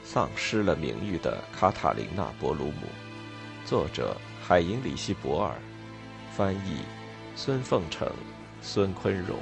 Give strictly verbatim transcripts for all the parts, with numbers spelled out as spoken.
丧失了名誉的卡塔琳娜·博鲁姆，作者海因里希·博尔，翻译孙凤成、孙坤荣。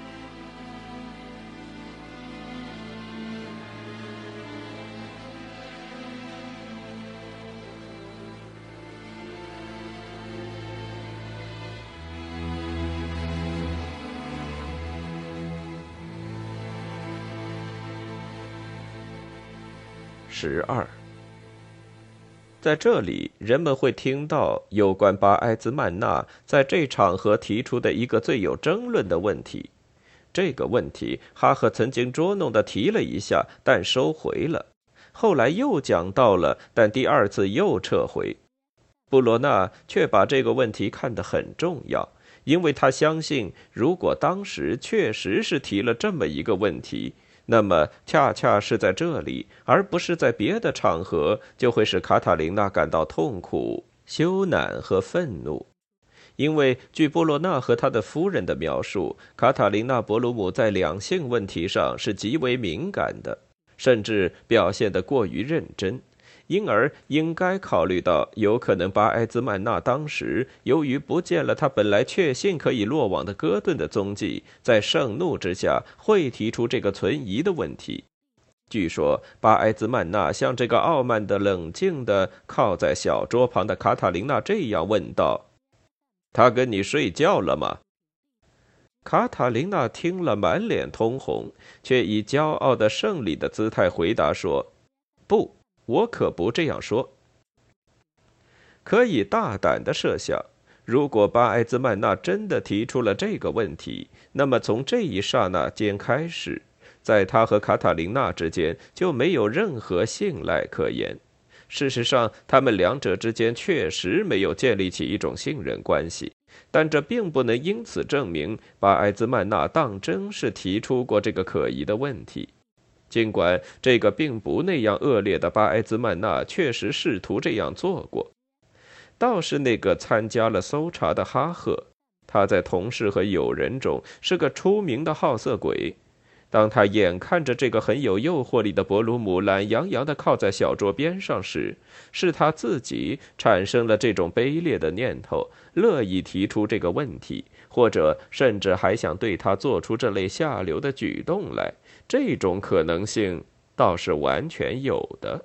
十二，在这里，人们会听到有关巴埃兹曼纳在这场合提出的一个最有争论的问题。这个问题，哈赫曾经捉弄地提了一下，但收回了；后来又讲到了，但第二次又撤回。布罗纳却把这个问题看得很重要，因为他相信，如果当时确实是提了这么一个问题，那么恰恰是在这里，而不是在别的场合，就会使卡塔琳娜感到痛苦、羞赧和愤怒。因为据波洛纳和他的夫人的描述，卡塔琳娜·博鲁姆在两性问题上是极为敏感的，甚至表现得过于认真，因而应该考虑到有可能巴埃兹曼纳当时由于不见了他本来确信可以落网的戈顿的踪迹，在盛怒之下会提出这个存疑的问题。据说巴埃兹曼纳像这个傲慢的、冷静的靠在小桌旁的卡塔琳娜这样问道：“他跟你睡觉了吗？”卡塔琳娜听了满脸通红，却以骄傲的胜利的姿态回答说：“不，我可不这样说。”可以大胆地设想，如果巴埃兹曼纳真的提出了这个问题，那么从这一刹那间开始，在他和卡塔琳娜之间就没有任何信赖可言。事实上，他们两者之间确实没有建立起一种信任关系，但这并不能因此证明巴埃兹曼纳当真是提出过这个可疑的问题。尽管这个并不那样恶劣的巴埃兹曼纳确实试图这样做过，倒是那个参加了搜查的哈赫，他在同事和友人中是个出名的好色鬼。当他眼看着这个很有诱惑力的博鲁姆懒洋洋地靠在小桌边上时，是他自己产生了这种卑劣的念头，乐意提出这个问题，或者甚至还想对他做出这类下流的举动来。这种可能性倒是完全有的。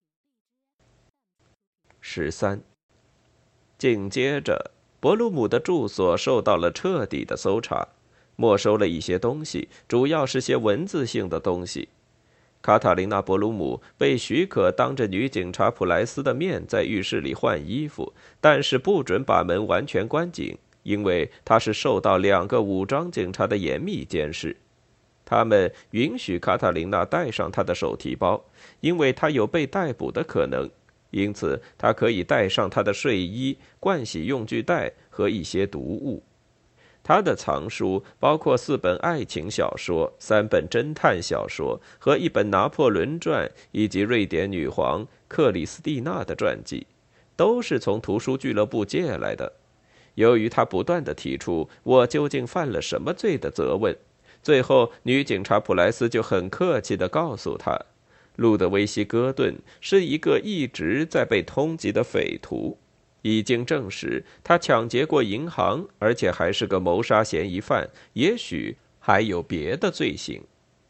十三，紧接着，博鲁姆的住所受到了彻底的搜查，没收了一些东西，主要是些文字性的东西。卡塔琳娜·博鲁姆被许可当着女警察普莱斯的面在浴室里换衣服，但是不准把门完全关紧，因为她是受到两个武装警察的严密监视。他们允许卡塔琳娜带上她的手提包，因为她有被逮捕的可能，因此她可以带上她的睡衣、盥洗用具袋和一些读物。她的藏书包括四本爱情小说、三本侦探小说和一本拿破仑传，以及瑞典女皇克里斯蒂娜的传记，都是从图书俱乐部借来的。由于她不断地提出我究竟犯了什么罪的责问，最后女警察普莱斯就很客气地告诉他，路德维希·戈顿是一个一直在被通缉的匪徒，已经证实他抢劫过银行，而且还是个谋杀嫌疑犯，也许还有别的罪行。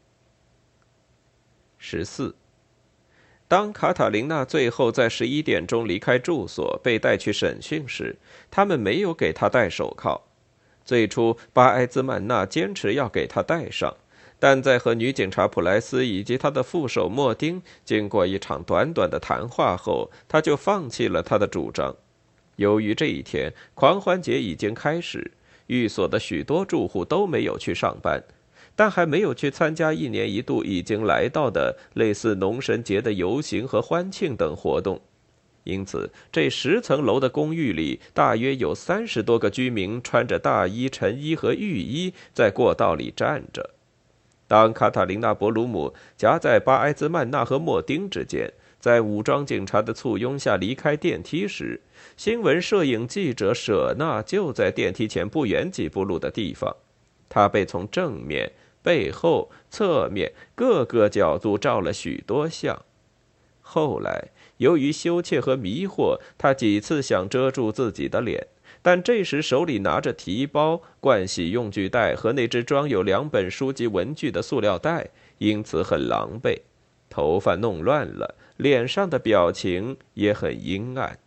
十四，当卡塔琳娜最后在十一点钟离开住所，被带去审讯时，他们没有给她戴手铐。最初，巴埃兹曼纳坚持要给他戴上，但在和女警察普莱斯以及他的副手莫丁经过一场短短的谈话后，他就放弃了他的主张。由于这一天狂欢节已经开始，寓所的许多住户都没有去上班，但还没有去参加一年一度已经来到的类似农神节的游行和欢庆等活动。因此，这十层楼的公寓里大约有三十多个居民穿着大衣、晨衣和浴衣在过道里站着。当卡塔琳娜·博鲁姆夹在巴埃兹曼纳和莫丁之间，在武装警察的簇拥下离开电梯时，新闻摄影记者舍纳就在电梯前不远几步路的地方。他被从正面、背后、侧面各个角度照了许多相。 后来，由于羞怯和迷惑，他几次想遮住自己的脸，但这时手里拿着提包、盥洗用具袋和那只装有两本书籍文具的塑料袋，因此很狼狈，头发弄乱了，脸上的表情也很阴暗。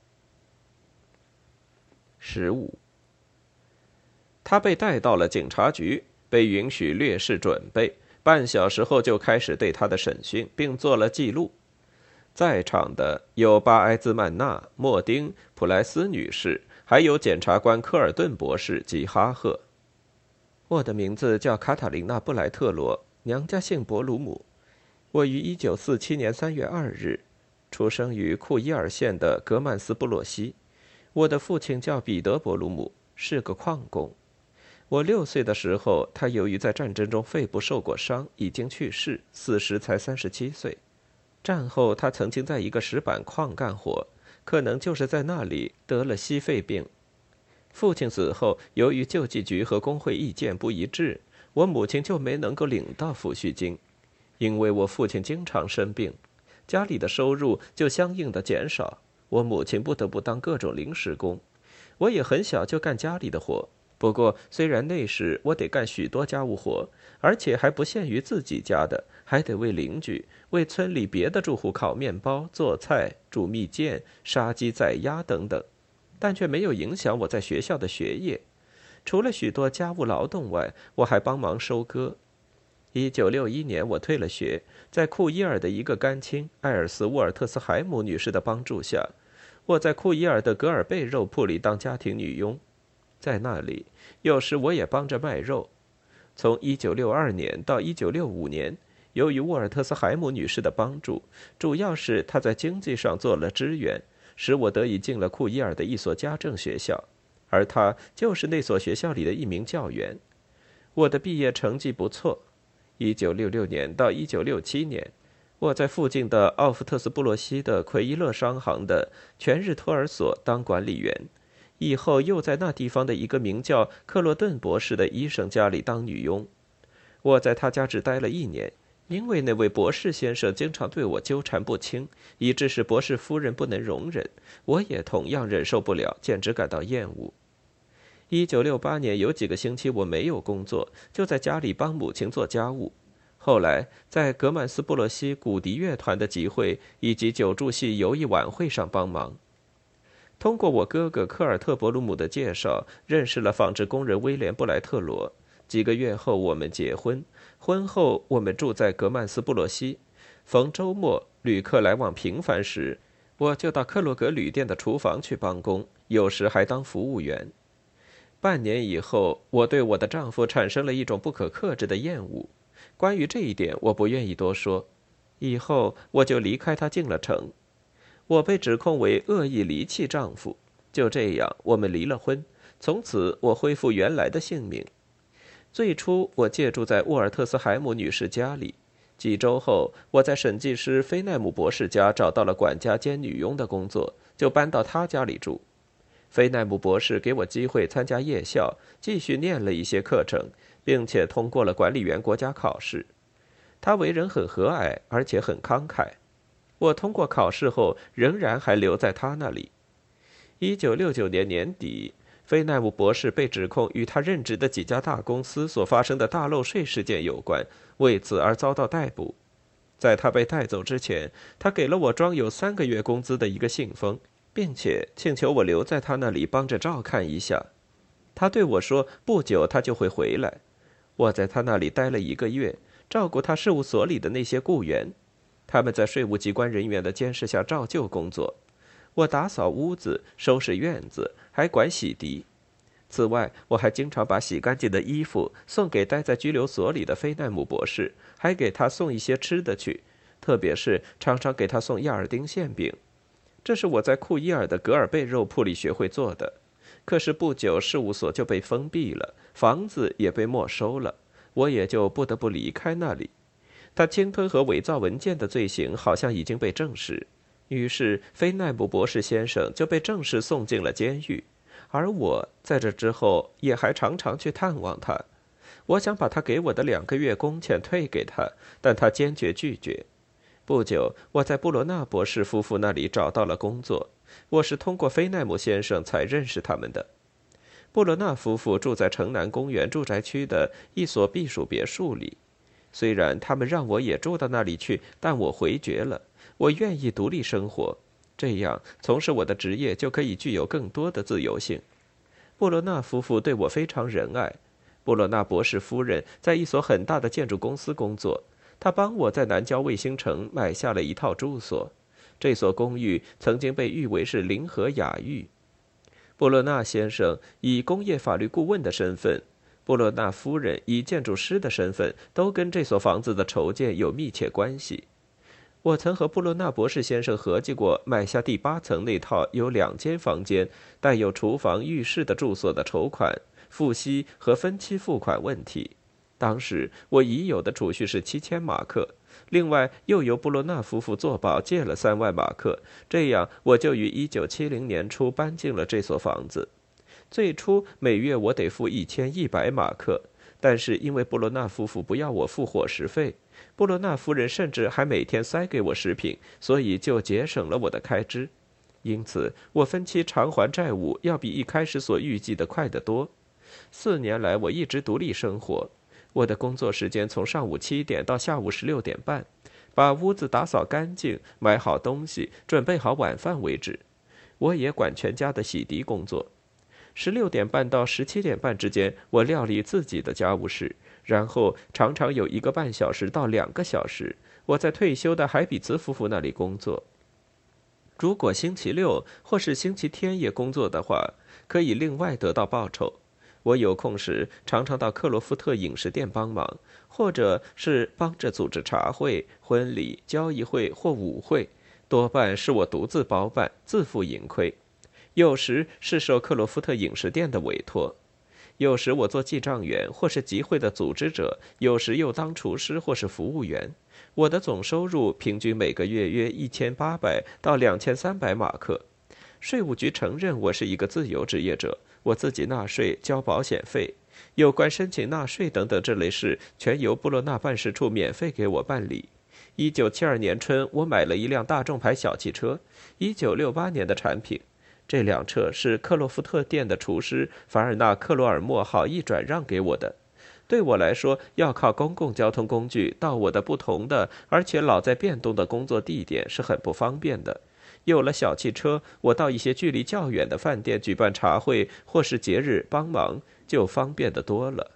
十五，他被带到了警察局，被允许略施准备，半小时后就开始对他的审讯，并做了记录。在场的有巴埃兹曼娜、莫丁、普莱斯女士，还有检察官科尔顿博士及哈赫。我的名字叫卡塔琳娜·布莱特罗，娘家姓博鲁姆。我于一九四七年三月二日出生于库伊尔县的格曼斯布洛西。我的父亲叫彼得·博鲁姆，是个矿工。我六岁的时候，他由于在战争中肺部受过伤，已经去世，死时才三十七岁。战后，他曾经在一个石板矿干活，可能就是在那里得了矽肺病。父亲死后，由于救济局和工会意见不一致，我母亲就没能够领到抚恤金。因为我父亲经常生病，家里的收入就相应的减少，我母亲不得不当各种临时工。我也很小就干家里的活，不过虽然那时我得干许多家务活，而且还不限于自己家的，还得为邻居、为村里别的住户烤面包、做菜、煮蜜饯、杀鸡宰鸭等等，但却没有影响我在学校的学业。除了许多家务劳动外，我还帮忙收割。一九六一年，我退了学，在库伊尔的一个干亲艾尔斯·沃尔特斯海姆女士的帮助下，我在库伊尔的格尔贝肉铺里当家庭女佣。在那里，有时我也帮着卖肉。从一九六二年到一九六五年，由于沃尔特斯海姆女士的帮助，主要是她在经济上做了支援，使我得以进了库伊尔的一所家政学校，而她就是那所学校里的一名教员。我的毕业成绩不错。一九六六年到一九六七年，我在附近的奥夫特斯布洛西的奎伊勒商行的全日托儿所当管理员，以后又在那地方的一个名叫克洛顿博士的医生家里当女佣。我在他家只待了一年，因为那位博士先生经常对我纠缠不清，以致使博士夫人不能容忍，我也同样忍受不了，简直感到厌恶。一九六八年有几个星期我没有工作，就在家里帮母亲做家务。后来在格曼斯布洛西古笛乐团的集会以及九柱戏游艺晚会上帮忙。通过我哥哥科尔特·伯鲁姆的介绍，认识了纺织工人威廉·布莱特罗。几个月后我们结婚，婚后我们住在格曼斯布洛西。逢周末旅客来往频繁时，我就到克洛格旅店的厨房去帮工，有时还当服务员。半年以后，我对我的丈夫产生了一种不可克制的厌恶。关于这一点，我不愿意多说。以后我就离开他进了城。我被指控为恶意离弃丈夫，就这样，我们离了婚。从此，我恢复原来的姓名。最初，我借住在沃尔特斯海姆女士家里。几周后，我在审计师菲奈姆博士家找到了管家兼女佣的工作，就搬到他家里住。菲奈姆博士给我机会参加夜校，继续念了一些课程，并且通过了管理员国家考试。他为人很和蔼，而且很慷慨。我通过考试后，仍然还留在他那里。一九六九年年底，菲奈姆博士被指控与他任职的几家大公司所发生的大漏税事件有关，为此而遭到逮捕。在他被带走之前，他给了我装有三个月工资的一个信封，并且请求我留在他那里帮着照看一下。他对我说，不久他就会回来。我在他那里待了一个月，照顾他事务所里的那些雇员。他们在税务机关人员的监视下照旧工作。我打扫屋子，收拾院子，还管洗涤。此外，我还经常把洗干净的衣服送给待在拘留所里的菲奈姆博士，还给他送一些吃的去，特别是常常给他送亚尔丁馅饼。这是我在库伊尔的格尔贝肉铺里学会做的。可是不久，事务所就被封闭了，房子也被没收了，我也就不得不离开那里。他侵吞和伪造文件的罪行好像已经被证实，于是菲奈姆博士先生就被正式送进了监狱。而我在这之后也还常常去探望他。我想把他给我的两个月工钱退给他，但他坚决拒绝。 不久，我在布罗纳博士夫妇那里找到了工作。我是通过菲奈姆先生才认识他们的。布罗纳夫妇住在城南公园住宅区的一所避暑别墅里。虽然他们让我也住到那里去，但我回绝了。我愿意独立生活，这样从事我的职业就可以具有更多的自由性。布罗纳夫妇对我非常仁爱。布罗纳博士夫人在一所很大的建筑公司工作，她帮我在南郊卫星城买下了一套住所。这所公寓曾经被誉为是临河雅寓。布罗纳先生以工业法律顾问的身份，布罗纳夫人以建筑师的身份，都跟这所房子的筹建有密切关系。我曾和布罗纳博士先生合计过买下第八层那套有两间房间、带有厨房、浴室的住所的筹款、付息和分期付款问题。当时我已有的储蓄是七千马克，另外又由布罗纳夫妇作保借了三万马克，这样我就于一九七零年初搬进了这所房子。最初每月我得付一千一百马克，但是因为布罗纳夫妇不要我付伙食费，布罗纳夫人甚至还每天塞给我食品，所以就节省了我的开支。因此我分期偿还债务要比一开始所预计的快得多。四年来我一直独立生活，我的工作时间从上午七点到下午十六点半，把屋子打扫干净，买好东西，准备好晚饭为止。我也管全家的洗涤工作。十六点半到十七点半之间，我料理自己的家务事，然后常常有一个半小时到两个小时，我在退休的海比茨夫妇那里工作。如果星期六或是星期天也工作的话，可以另外得到报酬。我有空时常常到克罗夫特饮食店帮忙，或者是帮着组织茶会、婚礼、交易会或舞会，多半是我独自包办，自负盈亏。有时是受克罗夫特饮食店的委托，有时我做记账员或是集会的组织者，有时又当厨师或是服务员。我的总收入平均每个月约一千八百到两千三百马克。税务局承认我是一个自由职业者，我自己纳税、交保险费，有关申请纳税等等这类事，全由布洛纳办事处免费给我办理。一九七二年春，我买了一辆大众牌小汽车，一九六八年的产品。这辆车是克洛夫特店的厨师凡尔纳·克罗尔莫好意转让给我的。对我来说，要靠公共交通工具到我的不同的而且老在变动的工作地点是很不方便的。有了小汽车，我到一些距离较远的饭店举办茶会或是节日帮忙，就方便得多了。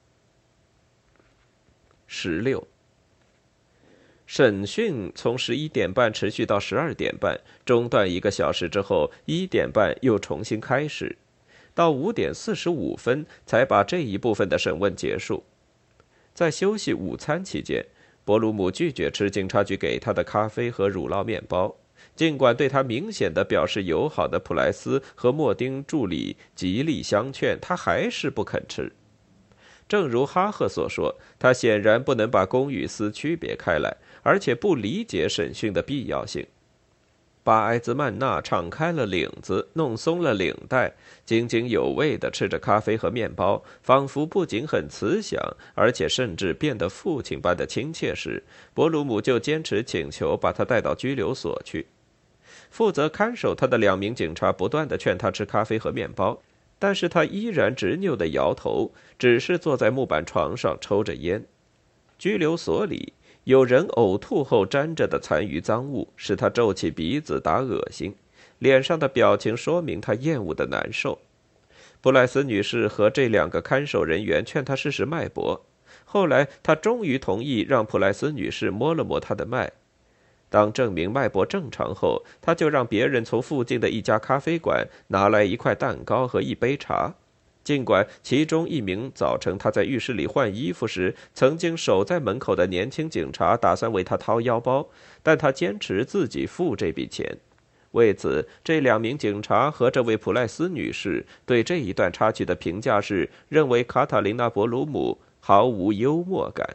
十六。审讯从十一点半持续到十二点半，中断一个小时之后，一点半又重新开始，到五点四十五分才把这一部分的审问结束。在休息午餐期间，伯鲁姆拒绝吃警察局给他的咖啡和乳酪面包，尽管对他明显地表示友好的普莱斯和莫丁助理极力相劝，他还是不肯吃。正如哈赫所说，他显然不能把公与私区别开来，而且不理解审讯的必要性。巴埃兹曼纳敞开了领子，弄松了领带，津津有味地吃着咖啡和面包，仿佛不仅很慈祥，而且甚至变得父亲般的亲切时，伯鲁姆就坚持请求把他带到拘留所去。负责看守他的两名警察不断地劝他吃咖啡和面包，但是他依然执拗地摇头，只是坐在木板床上抽着烟。拘留所里有人呕吐后沾着的残余脏物，使他皱起鼻子打恶心，脸上的表情说明他厌恶的难受。布莱斯女士和这两个看守人员劝他试试脉搏，后来他终于同意让普莱斯女士摸了摸他的脉。当证明脉搏正常后，他就让别人从附近的一家咖啡馆拿来一块蛋糕和一杯茶。尽管其中一名早晨他在浴室里换衣服时曾经守在门口的年轻警察打算为他掏腰包，但他坚持自己付这笔钱。为此，这两名警察和这位普赖斯女士对这一段插曲的评价是认为卡塔琳娜·伯鲁姆毫无幽默感。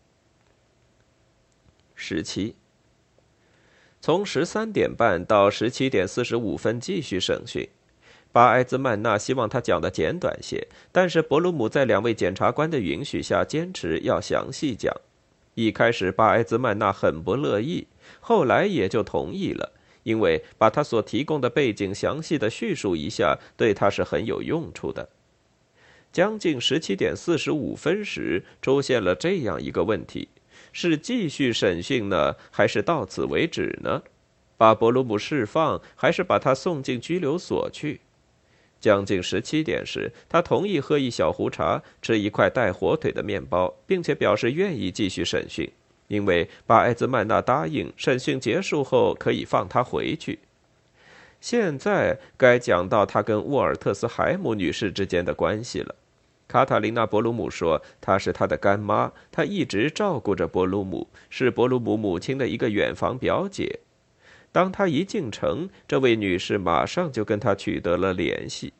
十七。从十三点半到十七点四十五分继续审讯。巴埃兹曼纳希望他讲的简短些，但是伯鲁姆在两位检察官的允许下坚持要详细讲。 一开始巴埃兹曼娜很不乐意，后来也就同意了，因为把他所提供的背景详细的叙述一下，对他是很有用处的。将近十七点四十五分时，出现了这样一个问题：是继续审讯呢，还是到此为止呢？把伯鲁姆释放，还是把他送进拘留所去？将近十七点时，他同意喝一小壶茶，吃一块带火腿的面包，并且表示愿意继续审讯，因为巴埃兹曼娜答应审讯结束后可以放他回去。现在该讲到他跟沃尔特斯海姆女士之间的关系了。卡塔琳娜·伯鲁姆说，她是他的干妈，她一直照顾着伯鲁姆，是伯鲁姆母亲的一个远房表姐。当他一进城，这位女士马上就跟他取得了联系。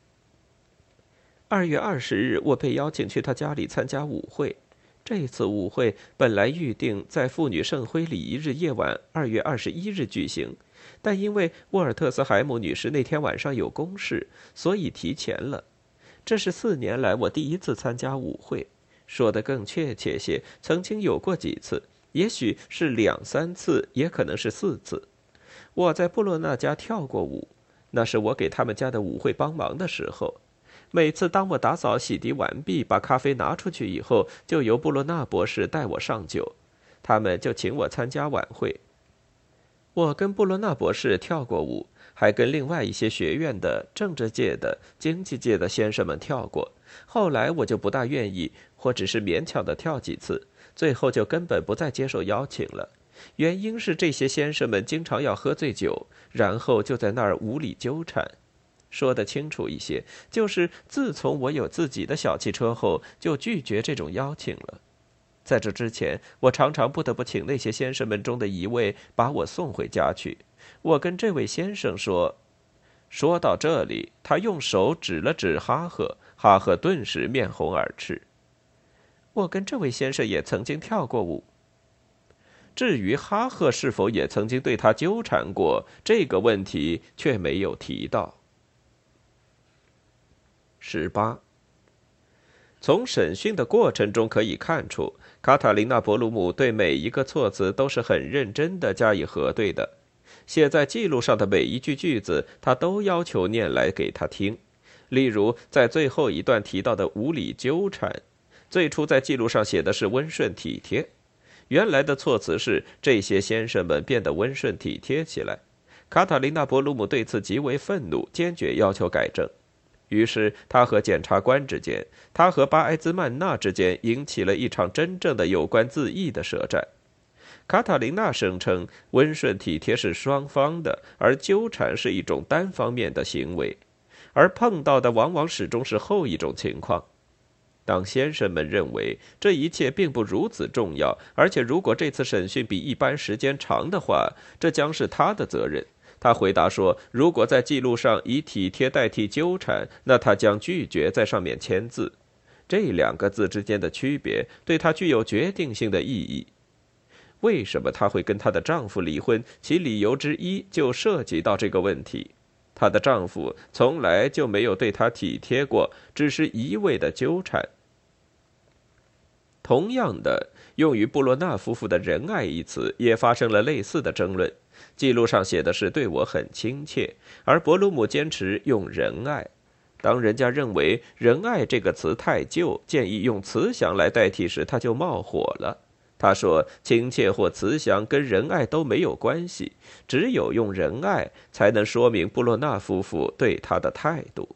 二月二十日，我被邀请去他家里参加舞会。这次舞会本来预定在妇女盛会礼仪日夜晚二月二十一日举行，但因为沃尔特斯海姆女士那天晚上有公事，所以提前了。这是四年来我第一次参加舞会，说得更确切些，曾经有过几次，也许是两三次，也可能是四次。我在布洛纳家跳过舞，那是我给他们家的舞会帮忙的时候。每次当我打扫洗涤完毕，把咖啡拿出去以后，就由布洛纳博士带我上酒，他们就请我参加晚会。我跟布洛纳博士跳过舞，还跟另外一些学院的、政治界的、经济界的先生们跳过。后来我就不大愿意，或只是勉强的跳几次，最后就根本不再接受邀请了。原因是这些先生们经常要喝醉酒，然后就在那儿无理纠缠。说得清楚一些，就是自从我有自己的小汽车后，就拒绝这种邀请了。在这之前，我常常不得不请那些先生们中的一位把我送回家去。我跟这位先生说，说到这里，他用手指了指哈赫，哈赫顿时面红耳赤。我跟这位先生也曾经跳过舞。至于哈赫是否也曾经对他纠缠过，这个问题却没有提到。十八。从审讯的过程中可以看出，卡塔琳娜·伯鲁姆对每一个措辞都是很认真地加以核对的。写在记录上的每一句句子，他都要求念来给他听。例如，在最后一段提到的无理纠缠，最初在记录上写的是温顺体贴，原来的措辞是这些先生们变得温顺体贴起来。卡塔琳娜·伯鲁姆对此极为愤怒，坚决要求改正。于是他和检察官之间，他和巴埃兹曼娜之间引起了一场真正的有关自缢的舌战。卡塔琳娜声称温顺体贴是双方的，而纠缠是一种单方面的行为，而碰到的往往始终是后一种情况。当先生们认为这一切并不如此重要，而且如果这次审讯比一般时间长的话，这将是他的责任。他回答说，如果在记录上以体贴代替纠缠，那他将拒绝在上面签字。这两个字之间的区别对他具有决定性的意义。为什么她会跟她的丈夫离婚，其理由之一就涉及到这个问题。她的丈夫从来就没有对她体贴过，只是一味的纠缠。同样的，用于布洛纳夫妇的仁爱一词也发生了类似的争论。记录上写的是对我很亲切，而伯鲁姆坚持用仁爱。当人家认为仁爱这个词太旧，建议用慈祥来代替时，他就冒火了。他说亲切或慈祥跟仁爱都没有关系，只有用仁爱才能说明布洛纳夫妇对他的态度。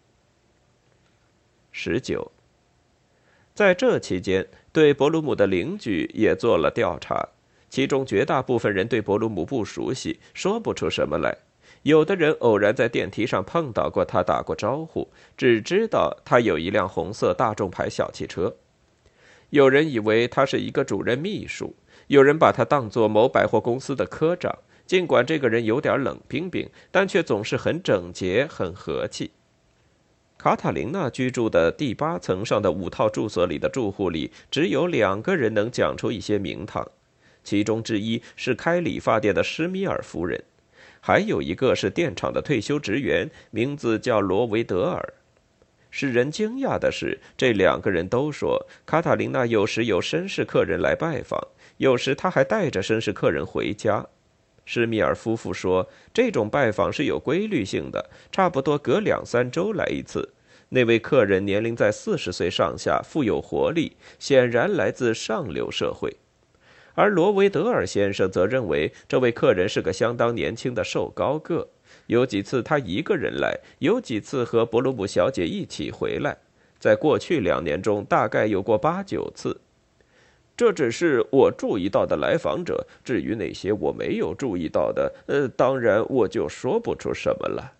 十九。在这期间，对伯鲁姆的邻居也做了调查，其中绝大部分人对伯鲁姆不熟悉，说不出什么来。有的人偶然在电梯上碰到过他，打过招呼，只知道他有一辆红色大众牌小汽车。有人以为他是一个主任秘书，有人把他当作某百货公司的科长，尽管这个人有点冷冰冰，但却总是很整洁，很和气。卡塔琳娜居住的第八层上的五套住所里的住户里，只有两个人能讲出一些名堂，其中之一是开理发店的施米尔夫人，还有一个是电厂的退休职员，名字叫罗维德尔。 使人惊讶的是，这两个人都说，卡塔琳娜有时有绅士客人来拜访，有时她还带着绅士客人回家。施密尔夫妇说，这种拜访是有规律性的，差不多隔两三周来一次。那位客人年龄在四十岁上下，富有活力，显然来自上流社会。而罗维德尔先生则认为，这位客人是个相当年轻的瘦高个。有几次他一个人来，有几次和伯鲁姆小姐一起回来，在过去两年中大概有过八九次。这只是我注意到的来访者，至于那些我没有注意到的，呃，当然我就说不出什么了。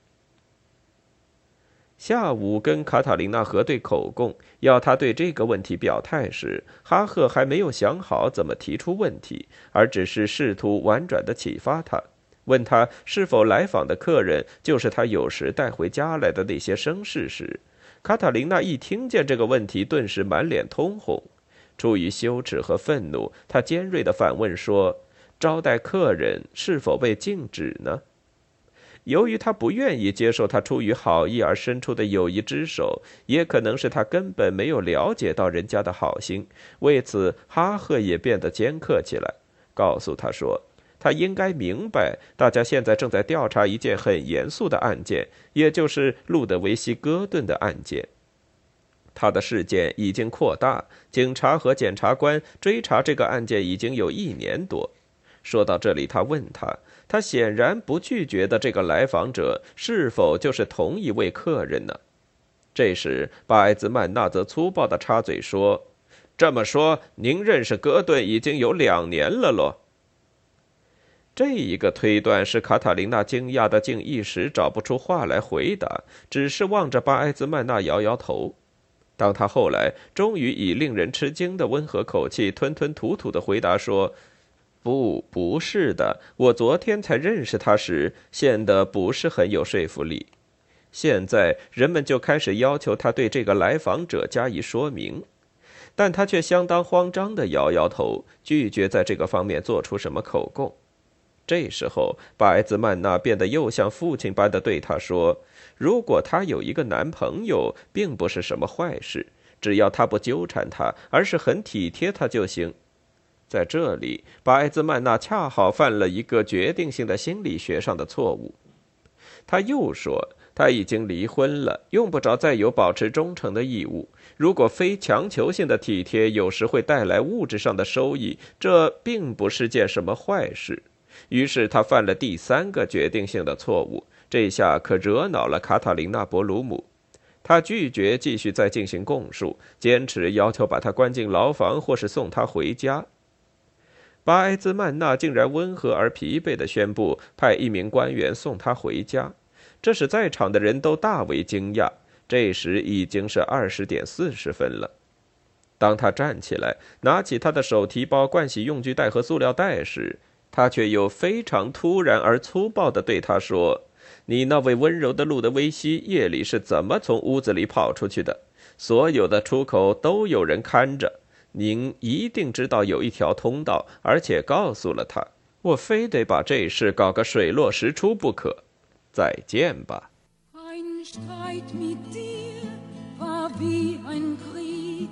下午跟卡塔琳娜核对口供，要她对这个问题表态时，哈赫还没有想好怎么提出问题，而只是试图婉转地启发她，问他是否来访的客人就是他有时带回家来的那些绅士时，卡塔琳娜一听见这个问题，顿时满脸通红。出于羞耻和愤怒，她尖锐地反问说：“招待客人是否被禁止呢？”由于他不愿意接受他出于好意而伸出的友谊之手，也可能是他根本没有了解到人家的好心，为此哈赫也变得尖刻起来，告诉他说，他应该明白，大家现在正在调查一件很严肃的案件，也就是路德维希·戈顿的案件。他的事件已经扩大，警察和检察官追查这个案件已经有一年多。说到这里，他问他，他显然不拒绝的这个来访者是否就是同一位客人呢？这时，巴埃兹曼纳则粗暴地插嘴说：“这么说，您认识戈顿已经有两年了咯？”这一个推断使卡塔琳娜惊讶的竟一时找不出话来回答，只是望着巴埃兹曼纳摇摇头。当他后来终于以令人吃惊的温和口气吞吞吐吐地回答说：“不，不是的，我昨天才认识他时，显得不是很有说服力。现在人们就开始要求他对这个来访者加以说明，但他却相当慌张地摇摇头，拒绝在这个方面做出什么口供。”这时候，巴埃兹曼纳变得又像父亲般地对他说：“如果他有一个男朋友，并不是什么坏事，只要他不纠缠他，而是很体贴他就行。”在这里，巴埃兹曼纳恰好犯了一个决定性的心理学上的错误。他又说，他已经离婚了，用不着再有保持忠诚的义务。如果非强求性的体贴有时会带来物质上的收益，这并不是件什么坏事。于是他犯了第三个决定性的错误，这下可惹恼了卡塔琳娜·伯鲁姆。他拒绝继续再进行供述，坚持要求把他关进牢房或是送他回家。巴埃兹曼纳竟然温和而疲惫地宣布派一名官员送他回家，这使在场的人都大为惊讶。这时已经是二十点四十分了。当他站起来，拿起他的手提包、盥洗用具袋和塑料袋时，他却又非常突然而粗暴地对他说：“你那位温柔的路德维希夜里是怎么从屋子里跑出去的？所有的出口都有人看着。您一定知道有一条通道，而且告诉了他。我非得把这事搞个水落石出不可。再见吧。” Ein Streit mit dir war wie ein Krieg.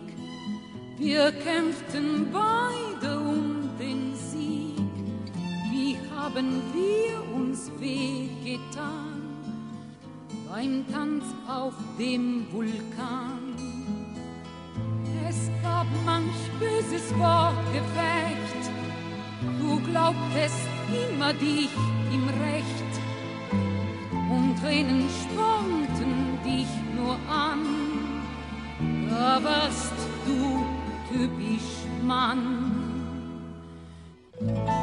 Wir kämpften beide um den Sieg. Wie haben wir uns wehgetan beim Tanz auf dem Vulkan. Es gab manch böses Wortgefecht. Du glaubtest immer dich im Recht. Und Tränen spornten dich nur an. Da warst du typisch Mann.